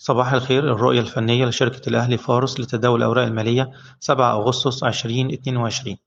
صباح الخير. الرؤية الفنية لشركة الأهلي فارس لتداول الأوراق المالية 7 أغسطس 2022.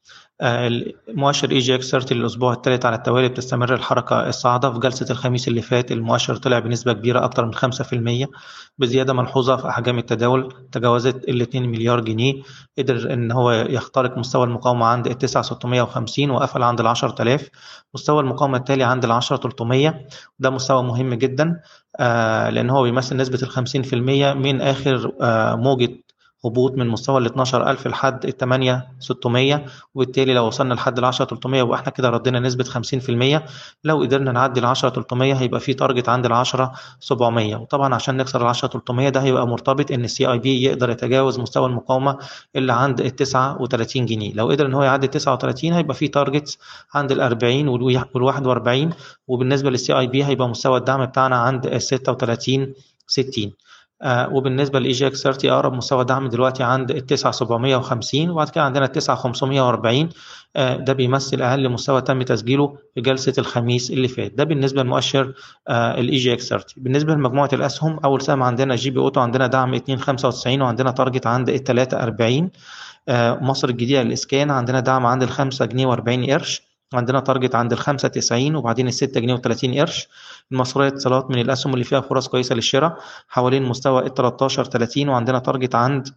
المؤشر اي جي اكس 30 للاسبوع الثالث على التوالي بتستمر الحركه الصاعده. في جلسه الخميس اللي فات المؤشر طلع بنسبه كبيره اكثر من 5%، بزياده ملحوظه في احجام التداول تجاوزت ال 2 مليار جنيه. قدر ان هو يخترق مستوى المقاومه عند ال 9650 وقفل عند ال 10000. مستوى المقاومه التالي عند ال 10300، ده مستوى مهم جدا لان هو بيمثل نسبه ال 50% من اخر موجه هبوط من مستوى ال 12000 لحد ال 8600. وبالتالي لو وصلنا لحد ال 10300 يبقى احنا كده ردينا نسبة 50%. لو قدرنا نعدي ال 10300 هيبقى في تارجت عند ال 10700. وطبعا عشان نكسر ال 10300 ده هيبقى مرتبط ان السي اي بي يقدر يتجاوز مستوى المقاومة اللي عند ال 39 جنيه. لو قدر ان هو يعدي ال 39 هيبقى في تارجتس عند ال 40 وال 41. وبالنسبة للسي اي بي هيبقى مستوى الدعم بتاعنا عند ال 36 60. وبالنسبه لاي جي اكس 30 اقرب مستوى دعم دلوقتي عند ال 9750، وبعد كده عندنا ال 9540. ده بيمثل اقل مستوى تم تسجيله في جلسه الخميس اللي فات. ده بالنسبه لمؤشر الاي جي اكس 30. بالنسبه لمجموعه الاسهم، اول سهم عندنا جي بي اوتو، عندنا دعم 295 وعندنا تارجت عند ال 43. مصر الجديده للاسكان عندنا دعم عند ال 5 جنيه و40 قرش، عندنا تارجت عند ال 95 وبعدين ال 6 جنيه و30 قرش. المصرية اتصالات من الأسهم اللي فيها فرص كويسة للشراء حوالين مستوى ال 13 30 وعندنا تارجت عند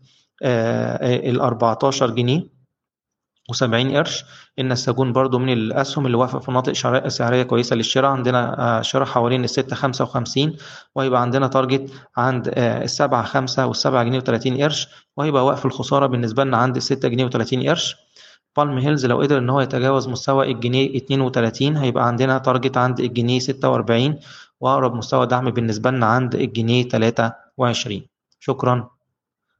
ال 14 جنيه و70 قرش. النساجون برضو من الأسهم اللي واقفة في مناطق سعرية كويسة للشراء، عندنا شراء حوالين ال 6 55 وهيبقى عندنا تارجت عند ال 7 5 وال 7 جنيه و30 قرش، وهيبقى وقف الخسارة بالنسبة لنا عند ال 6 جنيه و30 قرش. بالم هيلز لو قدر ان هو يتجاوز مستوى الجنيه 32 هيبقى عندنا تارجت عند الجنيه 46، واقرب مستوى دعم بالنسبه لنا عند الجنيه 23. شكرا.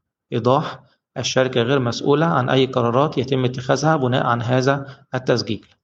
ايضاح: الشركه غير مسؤوله عن اي قرارات يتم اتخاذها بناء عن هذا التسجيل.